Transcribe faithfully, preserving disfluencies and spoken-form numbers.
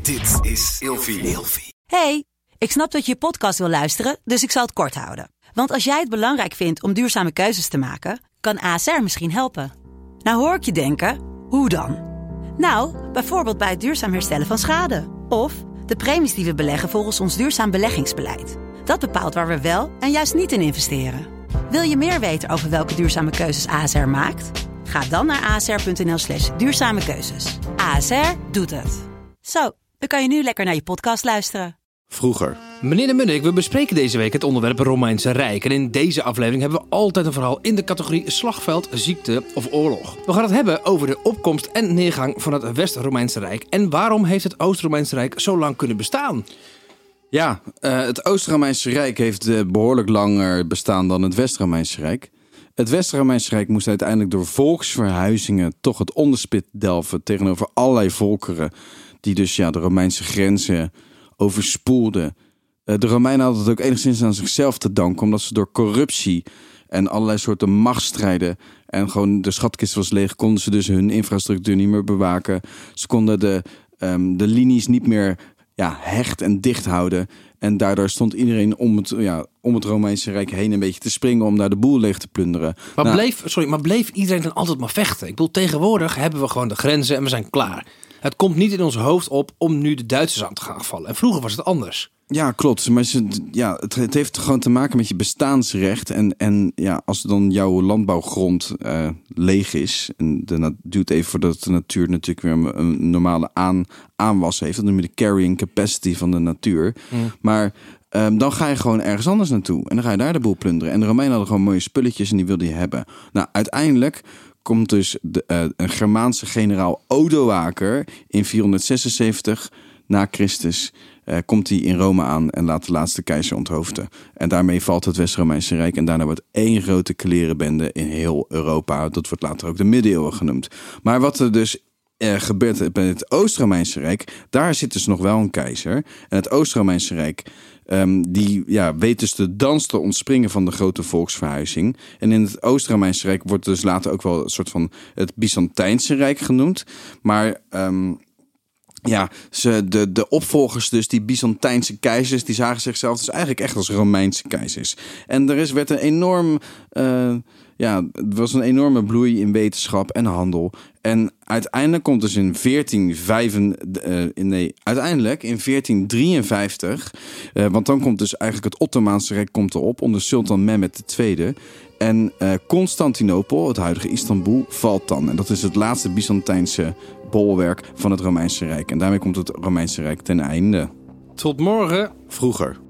Dit is Ilfie. Hey, ik snap dat je je podcast wil luisteren, dus ik zal het kort houden. Want als jij het belangrijk vindt om duurzame keuzes te maken, kan A S R misschien helpen. Nou hoor ik je denken, hoe dan? Nou, bijvoorbeeld bij het duurzaam herstellen van schade. Of de premies die we beleggen volgens ons duurzaam beleggingsbeleid. Dat bepaalt waar we wel en juist niet in investeren. Wil je meer weten over welke duurzame keuzes A S R maakt? Ga dan naar asr.nl slash duurzame keuzes. A S R doet het. Zo, dan kan je nu lekker naar je podcast luisteren. Vroeger. Meneer de Munnik, we bespreken deze week het onderwerp Romeinse Rijk. En in deze aflevering hebben we altijd een verhaal in de categorie slagveld, ziekte of oorlog. We gaan het hebben over de opkomst en neergang van het West-Romeinse Rijk. En waarom heeft het Oost-Romeinse Rijk zo lang kunnen bestaan? Ja, uh, het Oost-Romeinse Rijk heeft uh, behoorlijk langer bestaan dan het West-Romeinse Rijk. Het West-Romeinse Rijk moest uiteindelijk door volksverhuizingen toch het onderspit delven tegenover allerlei volkeren die dus ja, de Romeinse grenzen overspoelden. Uh, de Romeinen hadden het ook enigszins aan zichzelf te danken, omdat ze door corruptie en allerlei soorten machtsstrijden en gewoon de schatkist was leeg, konden ze dus hun infrastructuur niet meer bewaken. Ze konden de, um, de linies niet meer ja, hecht en dicht houden. En daardoor stond iedereen om het, ja, om het Romeinse Rijk heen een beetje te springen om daar de boel leeg te plunderen. Maar, nou, bleef, sorry, maar bleef iedereen dan altijd maar vechten? Ik bedoel, tegenwoordig hebben we gewoon de grenzen en we zijn klaar. Het komt niet in ons hoofd op om nu de Duitsers aan te gaan vallen. En vroeger was het anders. Ja, klopt. Maar ze, ja, het, het heeft gewoon te maken met je bestaansrecht. En, en ja, als dan jouw landbouwgrond uh, leeg is, en de, duurt even voordat de natuur natuurlijk weer een, een normale aan, aanwas heeft. Dat noem je de carrying capacity van de natuur. Mm. Maar um, dan ga je gewoon ergens anders naartoe. En dan ga je daar de boel plunderen. En de Romeinen hadden gewoon mooie spulletjes en die wilden je hebben. Nou, uiteindelijk komt dus de, uh, een Germaanse generaal Odoaker in vierhonderdzesenzeventig na Christus. Uh, komt hij in Rome aan en laat de laatste keizer onthoofden. En daarmee valt het West-Romeinse Rijk. En daarna wordt één grote klerenbende in heel Europa. Dat wordt later ook de middeleeuwen genoemd. Maar wat er dus uh, gebeurt bij het Oost-Romeinse Rijk, daar zit dus nog wel een keizer. En het Oost-Romeinse Rijk, um, die ja, weet dus de dans te ontspringen van de grote volksverhuizing. En in het Oost-Romeinse Rijk wordt dus later ook wel een soort van het Byzantijnse Rijk genoemd. Maar Um, Ja, ze, de, de opvolgers dus, die Byzantijnse keizers, die zagen zichzelf dus eigenlijk echt als Romeinse keizers. En er is, werd een enorm, uh, ja, er was een enorme bloei in wetenschap en handel. En uiteindelijk komt dus in veertien vijfenvijftig, uh, nee, uiteindelijk in veertien drieënvijftig, uh, want dan komt dus eigenlijk het Ottomaanse Rijk komt erop onder Sultan Mehmed de Tweede. En uh, Constantinopel, het huidige Istanbul, valt dan. En dat is het laatste Byzantijnse bolwerk van het Romeinse Rijk. En daarmee komt het Romeinse Rijk ten einde. Tot morgen. Vroeger.